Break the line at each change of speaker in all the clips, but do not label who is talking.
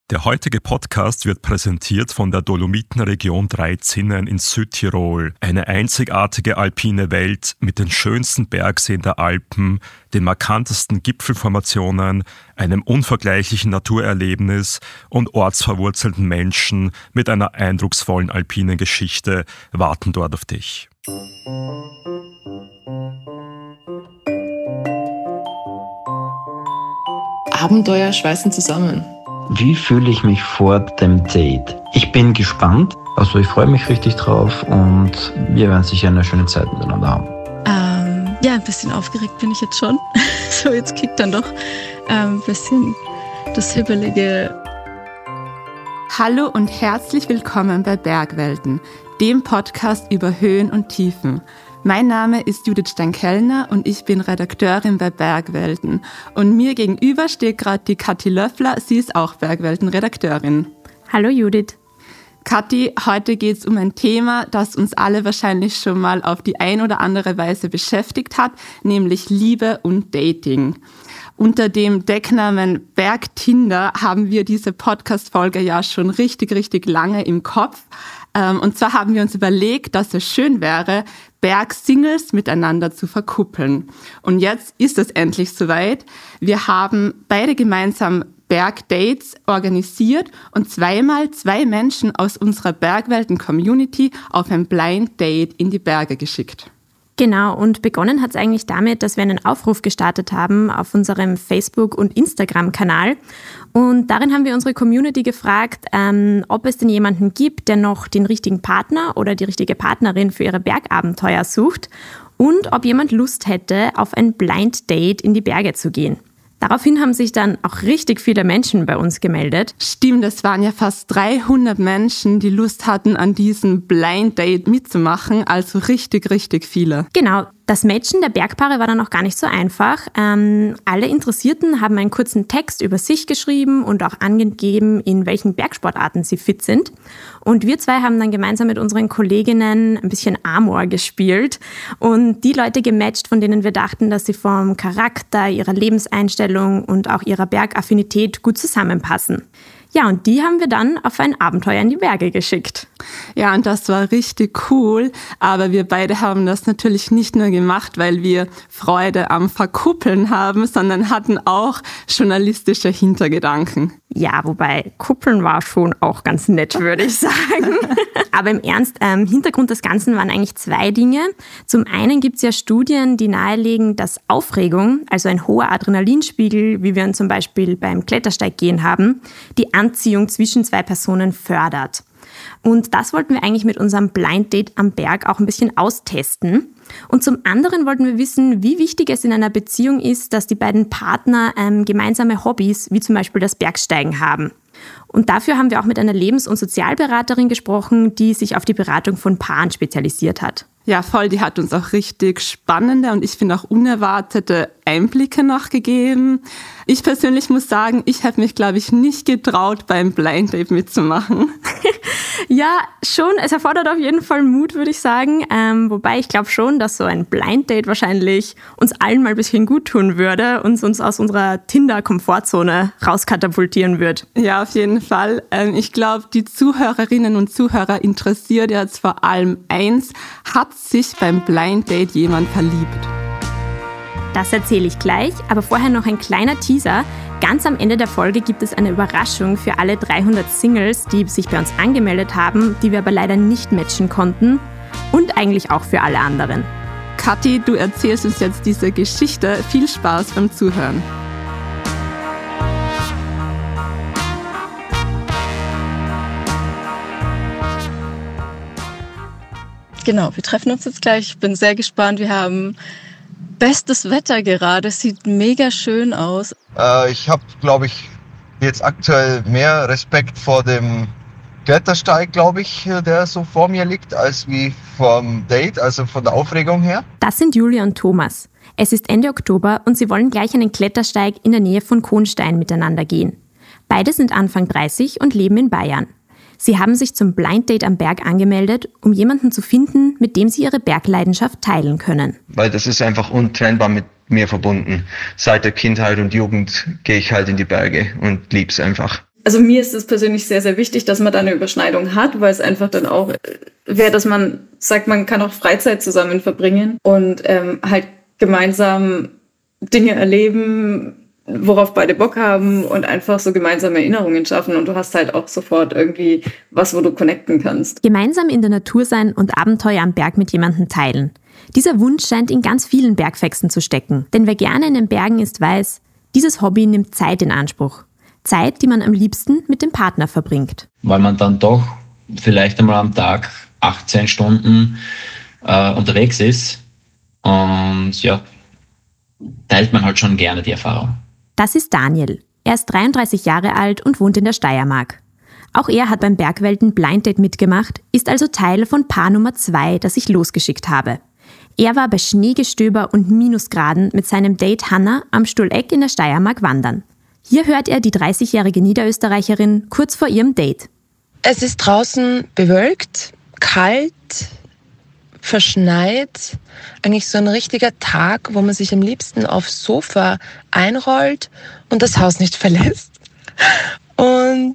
Der heutige Podcast wird präsentiert von der Dolomitenregion Drei-Zinnen in Südtirol. Eine einzigartige alpine Welt mit den schönsten Bergseen der Alpen, den markantesten Gipfelformationen, einem unvergleichlichen Naturerlebnis und ortsverwurzelten Menschen mit einer eindrucksvollen alpinen Geschichte warten dort auf dich.
Abenteuer schweißen zusammen.
Wie fühle ich mich vor dem Date? Ich bin gespannt, also ich freue mich richtig drauf und wir werden sicher eine schöne Zeit miteinander haben.
Ein bisschen aufgeregt bin ich jetzt schon. So, jetzt kickt dann doch ein bisschen das Hibbelige.
Hallo und herzlich willkommen bei Bergwelten, dem Podcast über Höhen und Tiefen. Mein Name ist Judith Stein-Kellner und ich bin Redakteurin bei Bergwelten. Und mir gegenüber steht gerade die Kathi Löffler, sie ist auch Bergwelten-Redakteurin.
Hallo Judith.
Kathi, heute geht es um ein Thema, das uns alle wahrscheinlich schon mal auf die ein oder andere Weise beschäftigt hat, nämlich Liebe und Dating. Unter dem Decknamen Bergtinder haben wir diese Podcast-Folge ja schon richtig lange im Kopf. Und zwar haben wir uns überlegt, dass es schön wäre, Bergsingles miteinander zu verkuppeln. Und jetzt ist es endlich soweit. Wir haben beide gemeinsam Bergdates organisiert und zweimal 2 Menschen aus unserer Bergwelten-Community auf ein Blind Date in die Berge geschickt.
Genau, und begonnen hat es eigentlich damit, dass wir einen Aufruf gestartet haben auf unserem Facebook- und Instagram-Kanal. Und darin haben wir unsere Community gefragt, ob es denn jemanden gibt, der noch den richtigen Partner oder die richtige Partnerin für ihre Bergabenteuer sucht und ob jemand Lust hätte, auf ein Blind Date in die Berge zu gehen. Daraufhin haben sich dann auch richtig viele Menschen bei uns gemeldet.
Stimmt, es waren ja fast 300 Menschen, die Lust hatten, an diesem Blind Date mitzumachen, also richtig viele.
Genau, das Matchen der Bergpaare war dann auch gar nicht so einfach. Alle Interessierten haben einen kurzen Text über sich geschrieben und auch angegeben, in welchen Bergsportarten sie fit sind. Und wir 2 haben dann gemeinsam mit unseren Kolleginnen ein bisschen Amor gespielt und die Leute gematcht, von denen wir dachten, dass sie vom Charakter, ihrer Lebenseinstellung und auch ihrer Bergaffinität gut zusammenpassen. Ja, und die haben wir dann auf ein Abenteuer in die Berge geschickt.
Ja, und das war richtig cool, aber wir beide haben das natürlich nicht nur gemacht, weil wir Freude am Verkuppeln haben, sondern hatten auch journalistische Hintergedanken.
Ja, wobei Kuppeln war schon auch ganz nett, würde ich sagen. Aber im Ernst, Hintergrund des Ganzen waren eigentlich 2 Dinge. Zum einen gibt es ja Studien, die nahelegen, dass Aufregung, also ein hoher Adrenalinspiegel, wie wir ihn zum Beispiel beim Klettersteiggehen haben, die Anziehung zwischen 2 Personen fördert. Und das wollten wir eigentlich mit unserem Blind Date am Berg auch ein bisschen austesten. Und zum anderen wollten wir wissen, wie wichtig es in einer Beziehung ist, dass die beiden Partner gemeinsame Hobbys, wie zum Beispiel das Bergsteigen haben. Und dafür haben wir auch mit einer Lebens- und Sozialberaterin gesprochen, die sich auf die Beratung von Paaren spezialisiert hat.
Ja, voll, die hat uns auch richtig spannende und ich finde auch unerwartete Einblicke noch gegeben. Ich persönlich muss sagen, ich habe mich, glaube ich, nicht getraut, beim Blind Date mitzumachen.
Ja, schon. Es erfordert auf jeden Fall Mut, würde ich sagen. Wobei ich glaube schon, dass so ein Blind Date wahrscheinlich uns allen mal ein bisschen gut tun würde und uns aus unserer Tinder-Komfortzone rauskatapultieren wird.
Ja, auf jeden Fall. Ich glaube, die Zuhörerinnen und Zuhörer interessiert jetzt vor allem eins: Hat sich beim Blind Date jemand verliebt?
Das erzähle ich gleich, aber vorher noch ein kleiner Teaser. Ganz am Ende der Folge gibt es eine Überraschung für alle 300 Singles, die sich bei uns angemeldet haben, die wir aber leider nicht matchen konnten und eigentlich auch für alle anderen.
Kathi, du erzählst uns jetzt diese Geschichte. Viel Spaß beim Zuhören.
Genau, wir treffen uns jetzt gleich. Ich bin sehr gespannt. Wir haben bestes Wetter gerade. Es sieht mega schön aus.
Ich habe, glaube ich, jetzt aktuell mehr Respekt vor dem Klettersteig, glaube ich, der so vor mir liegt, als wie vom Date, also von der Aufregung her.
Das sind Julia und Thomas. Es ist Ende Oktober und sie wollen gleich einen Klettersteig in der Nähe von Kohnstein miteinander gehen. Beide sind Anfang 30 und leben in Bayern. Sie haben sich zum Blind Date am Berg angemeldet, um jemanden zu finden, mit dem sie ihre Bergleidenschaft teilen können.
Weil das ist einfach untrennbar mit mir verbunden. Seit der Kindheit und Jugend gehe ich halt in die Berge und lieb's einfach.
Also mir ist es persönlich sehr, sehr wichtig, dass man da eine Überschneidung hat, weil es einfach dann auch wäre, dass man sagt, man kann auch Freizeit zusammen verbringen und halt gemeinsam Dinge erleben, worauf beide Bock haben und einfach so gemeinsame Erinnerungen schaffen. Und du hast halt auch sofort irgendwie was, wo du connecten kannst.
Gemeinsam in der Natur sein und Abenteuer am Berg mit jemandem teilen. Dieser Wunsch scheint in ganz vielen Bergfexen zu stecken. Denn wer gerne in den Bergen ist, weiß, dieses Hobby nimmt Zeit in Anspruch. Zeit, die man am liebsten mit dem Partner verbringt.
Weil man dann doch vielleicht einmal am Tag 18 Stunden unterwegs ist und ja, teilt man halt schon gerne die Erfahrung.
Das ist Daniel. Er ist 33 Jahre alt und wohnt in der Steiermark. Auch er hat beim Bergwelten Blind Date mitgemacht, ist also Teil von Paar Nummer 2, das ich losgeschickt habe. Er war bei Schneegestöber und Minusgraden mit seinem Date Hanna am Stolleck in der Steiermark wandern. Hier hört er die 30-jährige Niederösterreicherin kurz vor ihrem Date.
Es ist draußen bewölkt, kalt, verschneit. Eigentlich so ein richtiger Tag, wo man sich am liebsten aufs Sofa einrollt und das Haus nicht verlässt. Und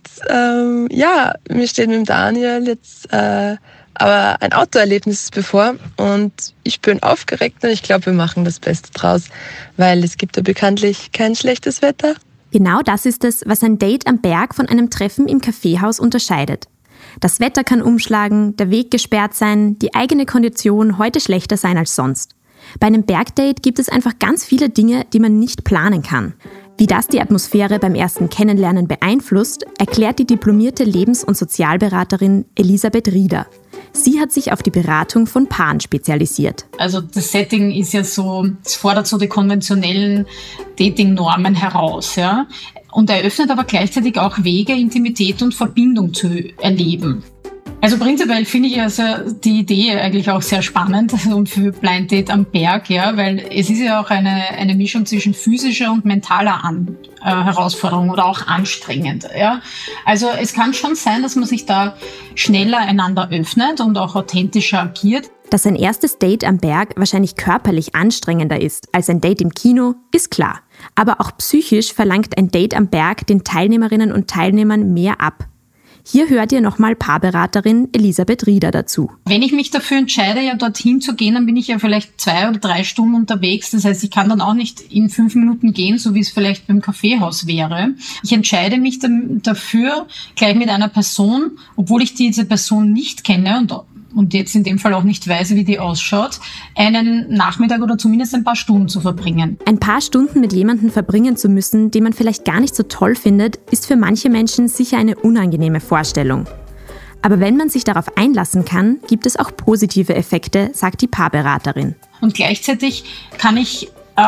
mir steht mit dem Daniel jetzt aber ein Autoerlebnis bevor und ich bin aufgeregt und ich glaube, wir machen das Beste draus, weil es gibt ja bekanntlich kein schlechtes Wetter.
Genau das ist es, was ein Date am Berg von einem Treffen im Kaffeehaus unterscheidet. Das Wetter kann umschlagen, der Weg gesperrt sein, die eigene Kondition heute schlechter sein als sonst. Bei einem Bergdate gibt es einfach ganz viele Dinge, die man nicht planen kann. Wie das die Atmosphäre beim ersten Kennenlernen beeinflusst, erklärt die diplomierte Lebens- und Sozialberaterin Elisabeth Rieder. Sie hat sich auf die Beratung von Paaren spezialisiert.
Also das Setting ist ja so, es fordert so die konventionellen Dating-Normen heraus, ja, und eröffnet aber gleichzeitig auch Wege, Intimität und Verbindung zu erleben. Also prinzipiell finde ich also die Idee eigentlich auch sehr spannend und für Blind Date am Berg, ja, weil es ist ja auch eine Mischung zwischen physischer und mentaler Herausforderung oder auch anstrengend, ja. Also es kann schon sein, dass man sich da schneller einander öffnet und auch authentischer agiert.
Dass ein erstes Date am Berg wahrscheinlich körperlich anstrengender ist als ein Date im Kino, ist klar. Aber auch psychisch verlangt ein Date am Berg den Teilnehmerinnen und Teilnehmern mehr ab. Hier hört ihr nochmal Paarberaterin Elisabeth Rieder dazu.
Wenn ich mich dafür entscheide, ja dorthin zu gehen, dann bin ich ja vielleicht 2 oder 3 Stunden unterwegs. Das heißt, ich kann dann auch nicht in 5 Minuten gehen, so wie es vielleicht beim Kaffeehaus wäre. Ich entscheide mich dann dafür, gleich mit einer Person, obwohl ich diese Person nicht kenne und jetzt in dem Fall auch nicht weiß, wie die ausschaut, einen Nachmittag oder zumindest ein paar Stunden zu verbringen.
Ein paar Stunden mit jemandem verbringen zu müssen, den man vielleicht gar nicht so toll findet, ist für manche Menschen sicher eine unangenehme Vorstellung. Aber wenn man sich darauf einlassen kann, gibt es auch positive Effekte, sagt die Paarberaterin.
Und gleichzeitig kann ich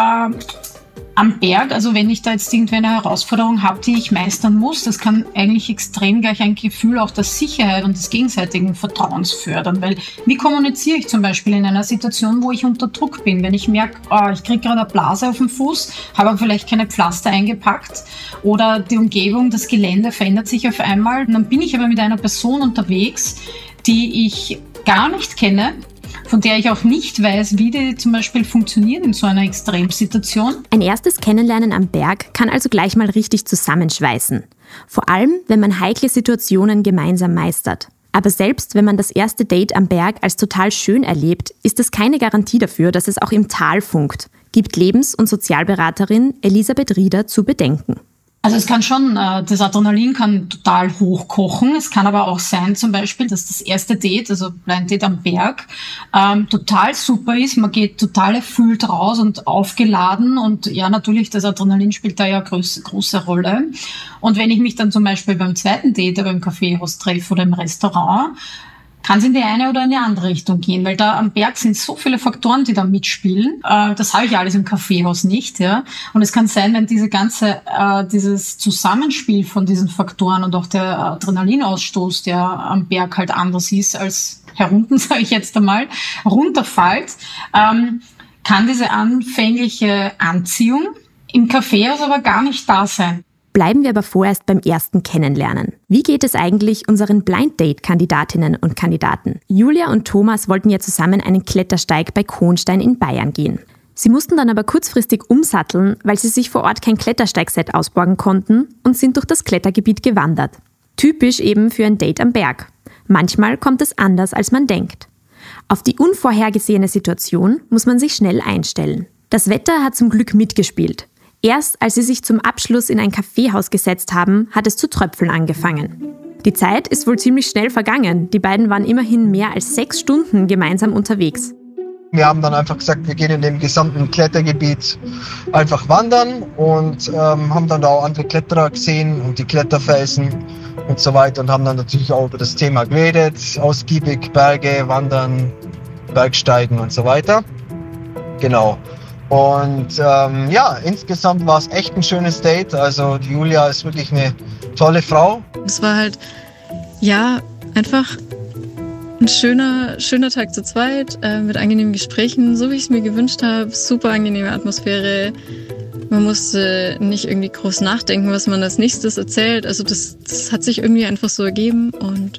am Berg, also wenn ich da jetzt irgendwie eine Herausforderung habe, die ich meistern muss, das kann eigentlich extrem gleich ein Gefühl auch der Sicherheit und des gegenseitigen Vertrauens fördern. Weil wie kommuniziere ich zum Beispiel in einer Situation, wo ich unter Druck bin? Wenn ich merke, ich kriege gerade eine Blase auf dem Fuß, habe aber vielleicht keine Pflaster eingepackt oder die Umgebung, das Gelände verändert sich auf einmal. Und dann bin ich aber mit einer Person unterwegs, die ich gar nicht kenne, von der ich auch nicht weiß, wie die zum Beispiel funktioniert in so einer Extremsituation.
Ein erstes Kennenlernen am Berg kann also gleich mal richtig zusammenschweißen. Vor allem, wenn man heikle Situationen gemeinsam meistert. Aber selbst wenn man das erste Date am Berg als total schön erlebt, ist das keine Garantie dafür, dass es auch im Tal funkt, gibt Lebens- und Sozialberaterin Elisabeth Rieder zu bedenken.
Also es kann schon, das Adrenalin kann total hochkochen. Es kann aber auch sein zum Beispiel, dass das erste Date, also Blind Date am Berg, total super ist. Man geht total erfüllt raus und aufgeladen und ja, natürlich, das Adrenalin spielt da ja große Rolle. Und wenn ich mich dann zum Beispiel beim zweiten Date beim Kaffeehaus treffe oder im Restaurant, kann es in die eine oder in die andere Richtung gehen, weil da am Berg sind so viele Faktoren, die da mitspielen. Das habe ich alles im Kaffeehaus nicht, ja. Und es kann sein, wenn dieses Zusammenspiel von diesen Faktoren und auch der Adrenalinausstoß, der am Berg halt anders ist als herunten, sage ich jetzt einmal, runterfällt, kann diese anfängliche Anziehung im Kaffeehaus aber gar nicht da sein.
Bleiben wir aber vorerst beim ersten Kennenlernen. Wie geht es eigentlich unseren Blind-Date-Kandidatinnen und Kandidaten? Julia und Thomas wollten ja zusammen einen Klettersteig bei Kohnstein in Bayern gehen. Sie mussten dann aber kurzfristig umsatteln, weil sie sich vor Ort kein Klettersteigset ausborgen konnten und sind durch das Klettergebiet gewandert. Typisch eben für ein Date am Berg. Manchmal kommt es anders, als man denkt. Auf die unvorhergesehene Situation muss man sich schnell einstellen. Das Wetter hat zum Glück mitgespielt. Erst als sie sich zum Abschluss in ein Kaffeehaus gesetzt haben, hat es zu tröpfeln angefangen. Die Zeit ist wohl ziemlich schnell vergangen. Die beiden waren immerhin mehr als 6 Stunden gemeinsam unterwegs.
Wir haben dann einfach gesagt, wir gehen in dem gesamten Klettergebiet einfach wandern und haben dann da auch andere Kletterer gesehen und die Kletterfelsen und so weiter und haben dann natürlich auch über das Thema geredet, ausgiebig Berge, Wandern, Bergsteigen und so weiter. Genau. Und insgesamt war es echt ein schönes Date. Also die Julia ist wirklich eine tolle Frau.
Es war halt, einfach ein schöner Tag zu zweit, mit angenehmen Gesprächen, so wie ich es mir gewünscht habe. Super angenehme Atmosphäre. Man musste nicht irgendwie groß nachdenken, was man als nächstes erzählt. Also das hat sich irgendwie einfach so ergeben und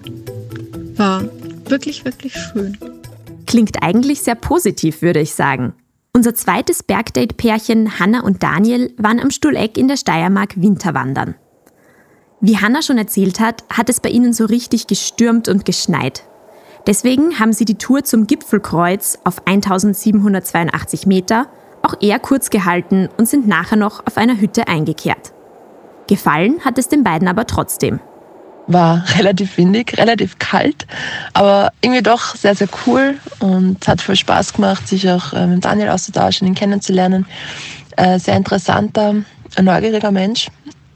war wirklich, wirklich schön.
Klingt eigentlich sehr positiv, würde ich sagen. Unser zweites Bergdate-Pärchen Hanna und Daniel waren am Stuhleck in der Steiermark Winterwandern. Wie Hanna schon erzählt hat, hat es bei ihnen so richtig gestürmt und geschneit. Deswegen haben sie die Tour zum Gipfelkreuz auf 1782 Meter auch eher kurz gehalten und sind nachher noch auf einer Hütte eingekehrt. Gefallen hat es den beiden aber trotzdem.
War relativ windig, relativ kalt, aber irgendwie doch sehr, sehr cool und hat voll Spaß gemacht, sich auch mit Daniel auszutauschen, ihn kennenzulernen. Sehr interessanter, neugieriger Mensch.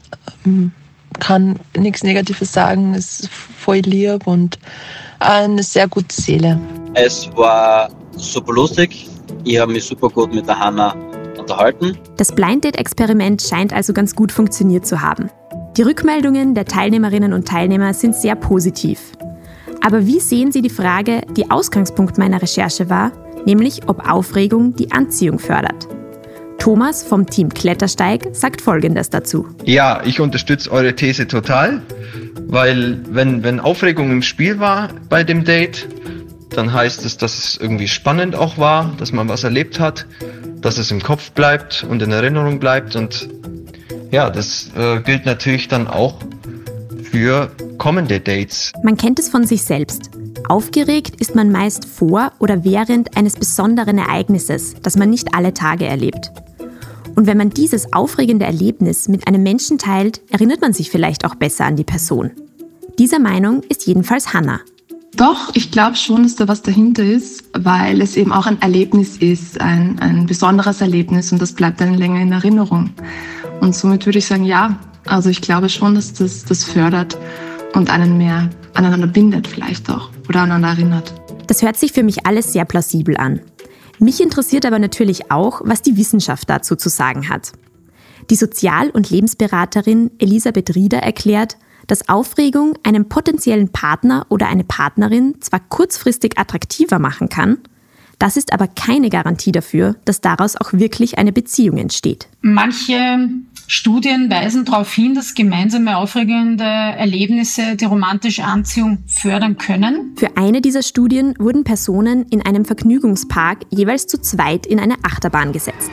Kann nichts Negatives sagen, ist voll lieb und eine sehr gute Seele.
Es war super lustig. Ich habe mich super gut mit der Hanna unterhalten.
Das Blind Date-Experiment scheint also ganz gut funktioniert zu haben. Die Rückmeldungen der Teilnehmerinnen und Teilnehmer sind sehr positiv. Aber wie sehen Sie die Frage, die Ausgangspunkt meiner Recherche war, nämlich ob Aufregung die Anziehung fördert? Thomas vom Team Klettersteig sagt Folgendes dazu.
Ja, ich unterstütze eure These total, weil wenn Aufregung im Spiel war bei dem Date, dann heißt es, dass es irgendwie spannend auch war, dass man was erlebt hat, dass es im Kopf bleibt und in Erinnerung bleibt und ja, das gilt natürlich dann auch für kommende Dates.
Man kennt es von sich selbst. Aufgeregt ist man meist vor oder während eines besonderen Ereignisses, das man nicht alle Tage erlebt. Und wenn man dieses aufregende Erlebnis mit einem Menschen teilt, erinnert man sich vielleicht auch besser an die Person. Dieser Meinung ist jedenfalls Hanna.
Doch, ich glaube schon, dass da was dahinter ist, weil es eben auch ein Erlebnis ist, ein besonderes Erlebnis und das bleibt dann länger in Erinnerung. Und somit würde ich sagen, ja, also ich glaube schon, dass das fördert und einen mehr aneinander bindet vielleicht auch oder aneinander erinnert.
Das hört sich für mich alles sehr plausibel an. Mich interessiert aber natürlich auch, was die Wissenschaft dazu zu sagen hat. Die Sozial- und Lebensberaterin Elisabeth Rieder erklärt, dass Aufregung einen potenziellen Partner oder eine Partnerin zwar kurzfristig attraktiver machen kann, das ist aber keine Garantie dafür, dass daraus auch wirklich eine Beziehung entsteht.
Manche Studien weisen darauf hin, dass gemeinsame aufregende Erlebnisse die romantische Anziehung fördern können.
Für eine dieser Studien wurden Personen in einem Vergnügungspark jeweils zu zweit in eine Achterbahn gesetzt.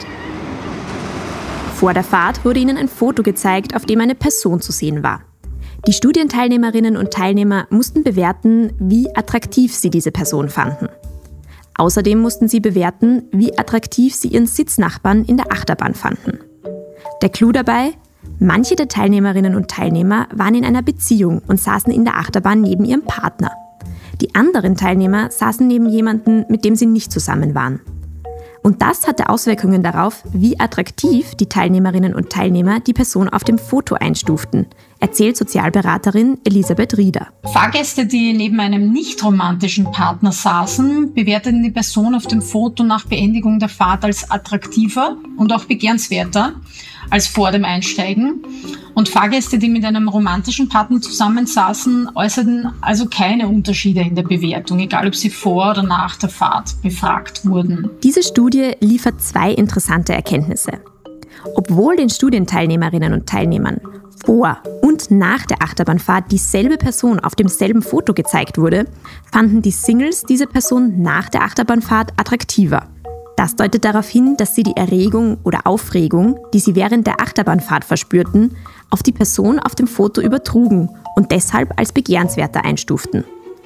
Vor der Fahrt wurde ihnen ein Foto gezeigt, auf dem eine Person zu sehen war. Die Studienteilnehmerinnen und Teilnehmer mussten bewerten, wie attraktiv sie diese Person fanden. Außerdem mussten sie bewerten, wie attraktiv sie ihren Sitznachbarn in der Achterbahn fanden. Der Clou dabei? Manche der Teilnehmerinnen und Teilnehmer waren in einer Beziehung und saßen in der Achterbahn neben ihrem Partner. Die anderen Teilnehmer saßen neben jemandem, mit dem sie nicht zusammen waren. Und das hatte Auswirkungen darauf, wie attraktiv die Teilnehmerinnen und Teilnehmer die Person auf dem Foto einstuften, erzählt Sozialberaterin Elisabeth Rieder.
Fahrgäste, die neben einem nicht romantischen Partner saßen, bewerteten die Person auf dem Foto nach Beendigung der Fahrt als attraktiver und auch begehrenswerter als vor dem Einsteigen. Und Fahrgäste, die mit einem romantischen Partner zusammensaßen, äußerten also keine Unterschiede in der Bewertung, egal ob sie vor oder nach der Fahrt befragt wurden.
Diese Studie liefert 2 interessante Erkenntnisse. Obwohl den Studienteilnehmerinnen und Teilnehmern vor und nach der Achterbahnfahrt dieselbe Person auf demselben Foto gezeigt wurde, fanden die Singles diese Person nach der Achterbahnfahrt attraktiver. Das deutet darauf hin, dass sie die Erregung oder Aufregung, die sie während der Achterbahnfahrt verspürten, auf die Person auf dem Foto übertrugen und deshalb als begehrenswerter einstuften.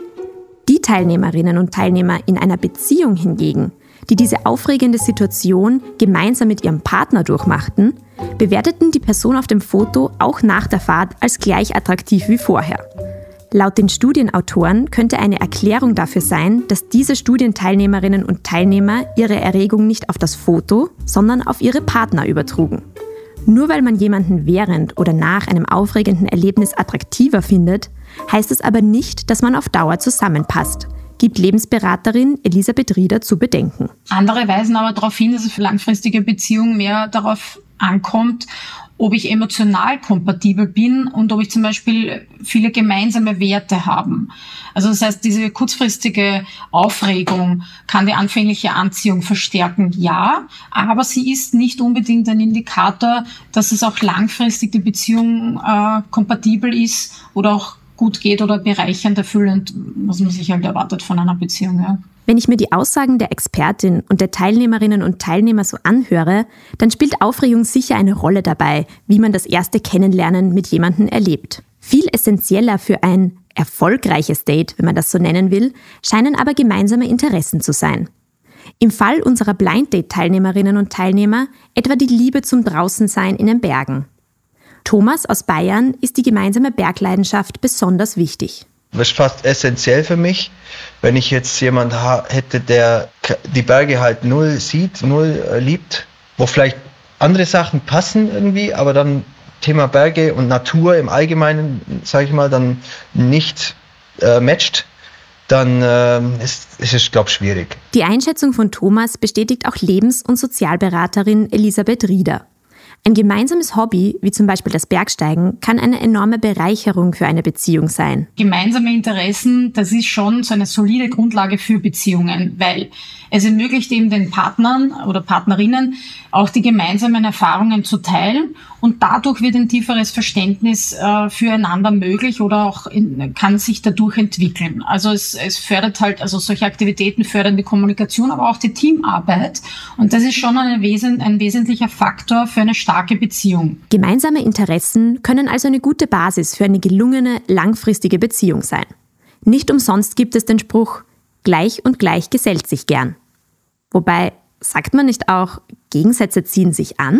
Die Teilnehmerinnen und Teilnehmer in einer Beziehung hingegen, die diese aufregende Situation gemeinsam mit ihrem Partner durchmachten, bewerteten die Person auf dem Foto auch nach der Fahrt als gleich attraktiv wie vorher. Laut den Studienautoren könnte eine Erklärung dafür sein, dass diese Studienteilnehmerinnen und Teilnehmer ihre Erregung nicht auf das Foto, sondern auf ihre Partner übertrugen. Nur weil man jemanden während oder nach einem aufregenden Erlebnis attraktiver findet, heißt es aber nicht, dass man auf Dauer zusammenpasst, gibt Lebensberaterin Elisabeth Rieder zu bedenken.
Andere weisen aber darauf hin, dass es für langfristige Beziehungen mehr darauf ankommt, ob ich emotional kompatibel bin und ob ich zum Beispiel viele gemeinsame Werte haben. Also das heißt, diese kurzfristige Aufregung kann die anfängliche Anziehung verstärken, ja, aber sie ist nicht unbedingt ein Indikator, dass es auch langfristig die Beziehung kompatibel ist oder auch gut geht oder bereichernd, erfüllend, was man sich halt erwartet von einer Beziehung. Ja.
Wenn ich mir die Aussagen der Expertin und der Teilnehmerinnen und Teilnehmer so anhöre, dann spielt Aufregung sicher eine Rolle dabei, wie man das erste Kennenlernen mit jemandem erlebt. Viel essentieller für ein erfolgreiches Date, wenn man das so nennen will, scheinen aber gemeinsame Interessen zu sein. Im Fall unserer Blind-Date-Teilnehmerinnen und Teilnehmer etwa die Liebe zum Draußensein in den Bergen. Thomas aus Bayern ist die gemeinsame Bergleidenschaft besonders wichtig.
Das ist fast essentiell für mich, wenn ich jetzt jemanden hätte, der die Berge halt null sieht, null liebt, wo vielleicht andere Sachen passen irgendwie, aber dann Thema Berge und Natur im Allgemeinen, sage ich mal, dann nicht matcht, dann ist es, glaube ich, schwierig.
Die Einschätzung von Thomas bestätigt auch Lebens- und Sozialberaterin Elisabeth Rieder. Ein gemeinsames Hobby, wie zum Beispiel das Bergsteigen, kann eine enorme Bereicherung für eine Beziehung sein.
Gemeinsame Interessen, das ist schon so eine solide Grundlage für Beziehungen, weil es ermöglicht eben den Partnern oder Partnerinnen auch die gemeinsamen Erfahrungen zu teilen und dadurch wird ein tieferes Verständnis füreinander möglich oder auch kann sich dadurch entwickeln. Also es fördert halt, also solche Aktivitäten fördern die Kommunikation, aber auch die Teamarbeit und das ist schon ein wesentlicher Faktor für eine starke Beziehung.
Gemeinsame Interessen können also eine gute Basis für eine gelungene, langfristige Beziehung sein. Nicht umsonst gibt es den Spruch, gleich und gleich gesellt sich gern. Wobei, sagt man nicht auch, Gegensätze ziehen sich an?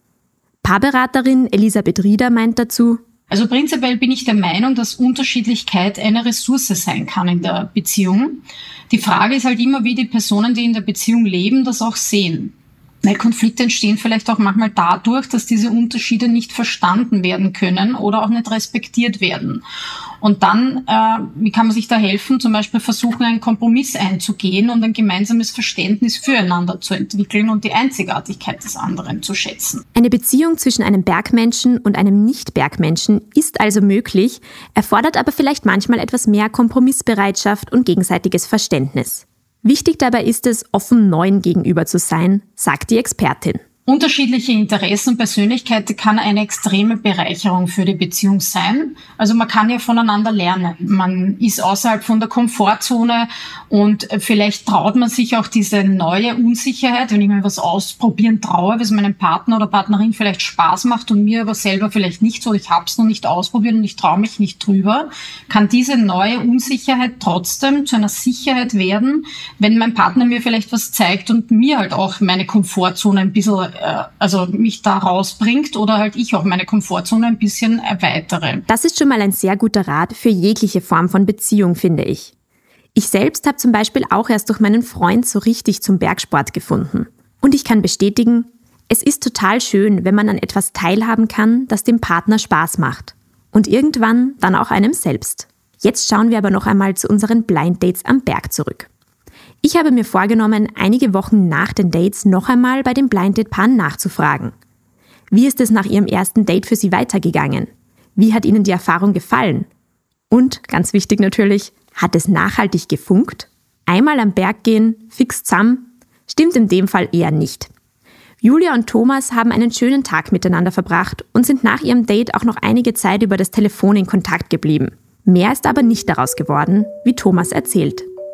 Paarberaterin Elisabeth Rieder meint dazu,
also prinzipiell bin ich der Meinung, dass Unterschiedlichkeit eine Ressource sein kann in der Beziehung. Die Frage ist halt immer, wie die Personen, die in der Beziehung leben, das auch sehen. Weil Konflikte entstehen vielleicht auch manchmal dadurch, dass diese Unterschiede nicht verstanden werden können oder auch nicht respektiert werden. Und dann, wie kann man sich da helfen? Zum Beispiel versuchen, einen Kompromiss einzugehen und ein gemeinsames Verständnis füreinander zu entwickeln und die Einzigartigkeit des anderen zu schätzen.
Eine Beziehung zwischen einem Bergmenschen und einem Nicht-Bergmenschen ist also möglich, erfordert aber vielleicht manchmal etwas mehr Kompromissbereitschaft und gegenseitiges Verständnis. Wichtig dabei ist es, offen Neuen gegenüber zu sein, sagt die Expertin.
Unterschiedliche Interessen und Persönlichkeiten kann eine extreme Bereicherung für die Beziehung sein. Also man kann ja voneinander lernen. Man ist außerhalb von der Komfortzone und vielleicht traut man sich auch diese neue Unsicherheit, wenn ich mal was ausprobieren traue, was meinem Partner oder Partnerin vielleicht Spaß macht und mir aber selber vielleicht nicht so, ich habe es noch nicht ausprobiert und ich traue mich nicht drüber, kann diese neue Unsicherheit trotzdem zu einer Sicherheit werden, wenn mein Partner mir vielleicht was zeigt und mir halt auch meine Komfortzone ein bisschen also mich da rausbringt oder halt ich auch meine Komfortzone ein bisschen erweitere.
Das ist schon mal ein sehr guter Rat für jegliche Form von Beziehung, finde ich. Ich selbst habe zum Beispiel auch erst durch meinen Freund so richtig zum Bergsport gefunden. Und ich kann bestätigen, es ist total schön, wenn man an etwas teilhaben kann, das dem Partner Spaß macht. Und irgendwann dann auch einem selbst. Jetzt schauen wir aber noch einmal zu unseren Blind Dates am Berg zurück. Ich habe mir vorgenommen, einige Wochen nach den Dates noch einmal bei den Blind Date-Paaren nachzufragen. Wie ist es nach ihrem ersten Date für sie weitergegangen? Wie hat ihnen die Erfahrung gefallen? Und, ganz wichtig natürlich, hat es nachhaltig gefunkt? Einmal am Berg gehen, fix zusammen? Stimmt in dem Fall eher nicht. Julia und Thomas haben einen schönen Tag miteinander verbracht und sind nach ihrem Date auch noch einige Zeit über das Telefon in Kontakt geblieben. Mehr ist aber nicht daraus geworden, wie Thomas erzählt.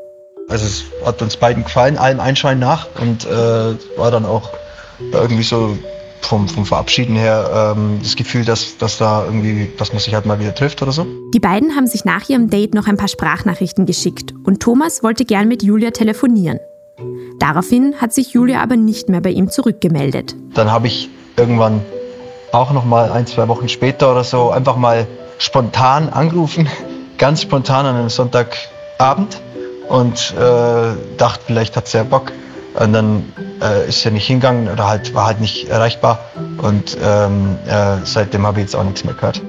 Also es hat uns beiden gefallen, allem Einschein nach, und war dann auch irgendwie so vom Verabschieden her das Gefühl, dass man sich halt mal wieder trifft oder so.
Die beiden haben sich nach ihrem Date noch ein paar Sprachnachrichten geschickt und Thomas wollte gern mit Julia telefonieren. Daraufhin hat sich Julia aber nicht mehr bei ihm zurückgemeldet.
Dann habe ich irgendwann auch noch mal 1-2 Wochen später oder so einfach mal spontan angerufen, ganz spontan an einem Sonntagabend, und dachte, vielleicht hat sie ja Bock. Und dann ist sie nicht hingegangen oder war halt nicht erreichbar, und seitdem habe ich jetzt auch nichts mehr gehört.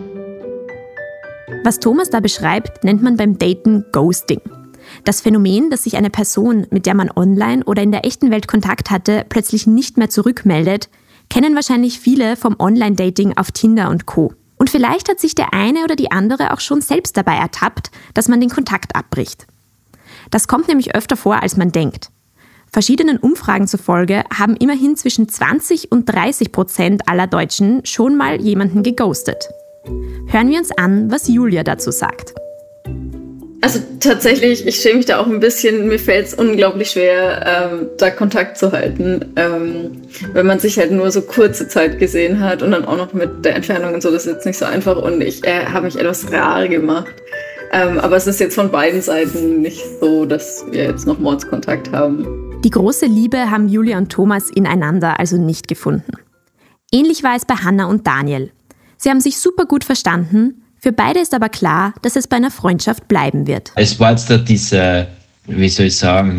Was Thomas da beschreibt, nennt man beim Daten Ghosting. Das Phänomen, dass sich eine Person, mit der man online oder in der echten Welt Kontakt hatte, plötzlich nicht mehr zurückmeldet, kennen wahrscheinlich viele vom Online-Dating auf Tinder und Co. Und vielleicht hat sich der eine oder die andere auch schon selbst dabei ertappt, dass man den Kontakt abbricht. Das kommt nämlich öfter vor, als man denkt. Verschiedenen Umfragen zufolge haben immerhin zwischen 20% und 30% aller Deutschen schon mal jemanden geghostet. Hören wir uns an, was Julia dazu sagt.
Also tatsächlich, ich schäme mich da auch ein bisschen, mir fällt es unglaublich schwer, da Kontakt zu halten, wenn man sich halt nur so kurze Zeit gesehen hat und dann auch noch mit der Entfernung und so, das ist jetzt nicht so einfach, und ich habe mich etwas rar gemacht. Aber es ist jetzt von beiden Seiten nicht so, dass wir jetzt noch Mordskontakt haben.
Die große Liebe haben Julia und Thomas ineinander also nicht gefunden. Ähnlich war es bei Hannah und Daniel. Sie haben sich super gut verstanden. Für beide ist aber klar, dass es bei einer Freundschaft bleiben wird.
Es war jetzt da diese, diese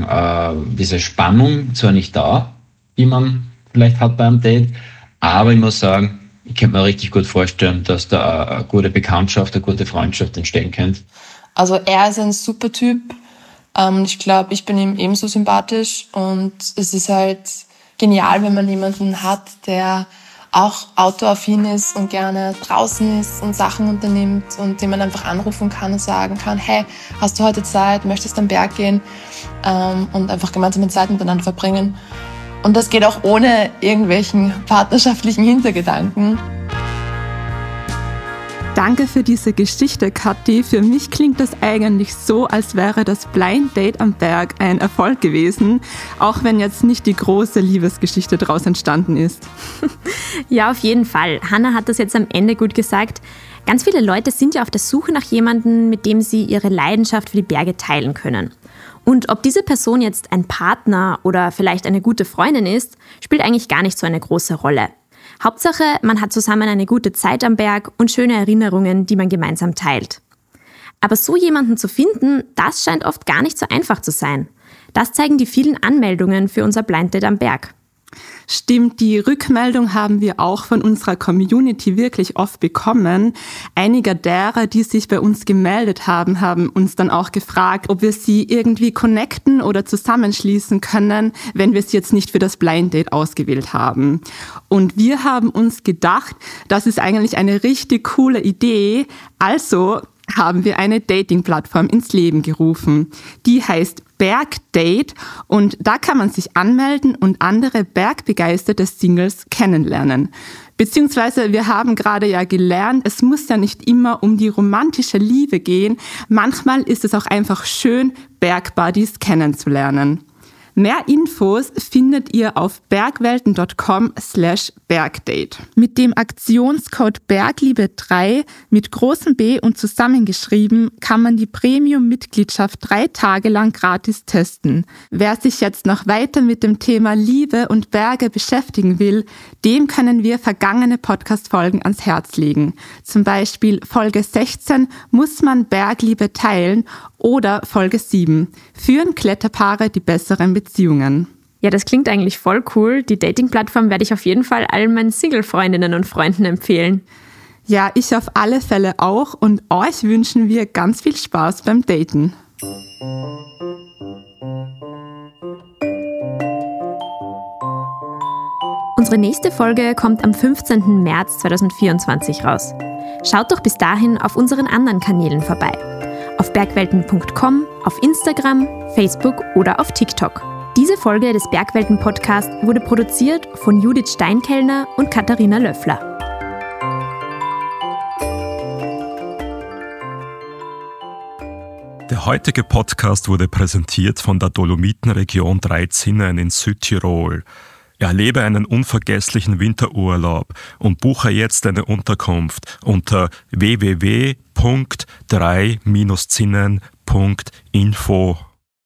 Spannung zwar nicht da, die man vielleicht hat beim Date, aber ich muss sagen, ich könnte mir richtig gut vorstellen, dass da eine gute Bekanntschaft, eine gute Freundschaft entstehen könnte.
Also er ist ein super Typ. Ich glaube, ich bin ihm ebenso sympathisch, und es ist halt genial, wenn man jemanden hat, der auch autoaffin ist und gerne draußen ist und Sachen unternimmt und den man einfach anrufen kann und sagen kann, hey, hast du heute Zeit, möchtest am Berg gehen, und einfach gemeinsam Zeit miteinander verbringen. Und das geht auch ohne irgendwelchen partnerschaftlichen Hintergedanken.
Danke für diese Geschichte, Kathi. Für mich klingt das eigentlich so, als wäre das Blind Date am Berg ein Erfolg gewesen, auch wenn jetzt nicht die große Liebesgeschichte daraus entstanden ist.
Ja, auf jeden Fall. Hannah hat das jetzt am Ende gut gesagt. Ganz viele Leute sind ja auf der Suche nach jemandem, mit dem sie ihre Leidenschaft für die Berge teilen können. Und ob diese Person jetzt ein Partner oder vielleicht eine gute Freundin ist, spielt eigentlich gar nicht so eine große Rolle. Hauptsache, man hat zusammen eine gute Zeit am Berg und schöne Erinnerungen, die man gemeinsam teilt. Aber so jemanden zu finden, das scheint oft gar nicht so einfach zu sein. Das zeigen die vielen Anmeldungen für unser Blind Date am Berg.
Stimmt, die Rückmeldung haben wir auch von unserer Community wirklich oft bekommen. Einige derer, die sich bei uns gemeldet haben, haben uns dann auch gefragt, ob wir sie irgendwie connecten oder zusammenschließen können, wenn wir sie jetzt nicht für das Blind Date ausgewählt haben. Und wir haben uns gedacht, das ist eigentlich eine richtig coole Idee. Also haben wir eine Dating-Plattform ins Leben gerufen. Die heißt Bergdate, und da kann man sich anmelden und andere bergbegeisterte Singles kennenlernen. Beziehungsweise wir haben gerade ja gelernt, es muss ja nicht immer um die romantische Liebe gehen. Manchmal ist es auch einfach schön, Bergbuddies kennenzulernen. Mehr Infos findet ihr auf bergwelten.com/bergdate. Mit dem Aktionscode BERGLIEBE3 mit großem B und zusammengeschrieben kann man die Premium-Mitgliedschaft 3 Tage lang gratis testen. Wer sich jetzt noch weiter mit dem Thema Liebe und Berge beschäftigen will, dem können wir vergangene Podcast-Folgen ans Herz legen. Zum Beispiel Folge 16, muss man Bergliebe teilen, oder Folge 7, führen Kletterpaare die besseren Beziehungen.
Ja, das klingt eigentlich voll cool. Die Dating-Plattform werde ich auf jeden Fall allen meinen Single-Freundinnen und Freunden empfehlen.
Ja, ich auf alle Fälle auch, und euch wünschen wir ganz viel Spaß beim Daten.
Unsere nächste Folge kommt am 15. März 2024 raus. Schaut doch bis dahin auf unseren anderen Kanälen vorbei. Auf bergwelten.com, auf Instagram, Facebook oder auf TikTok. Diese Folge des Bergwelten-Podcasts wurde produziert von Judith Steinkellner und Katharina Löffler.
Der heutige Podcast wurde präsentiert von der Dolomitenregion Drei Zinnen in Südtirol. Erlebe einen unvergesslichen Winterurlaub und buche jetzt eine Unterkunft unter www.3-zinnen.info.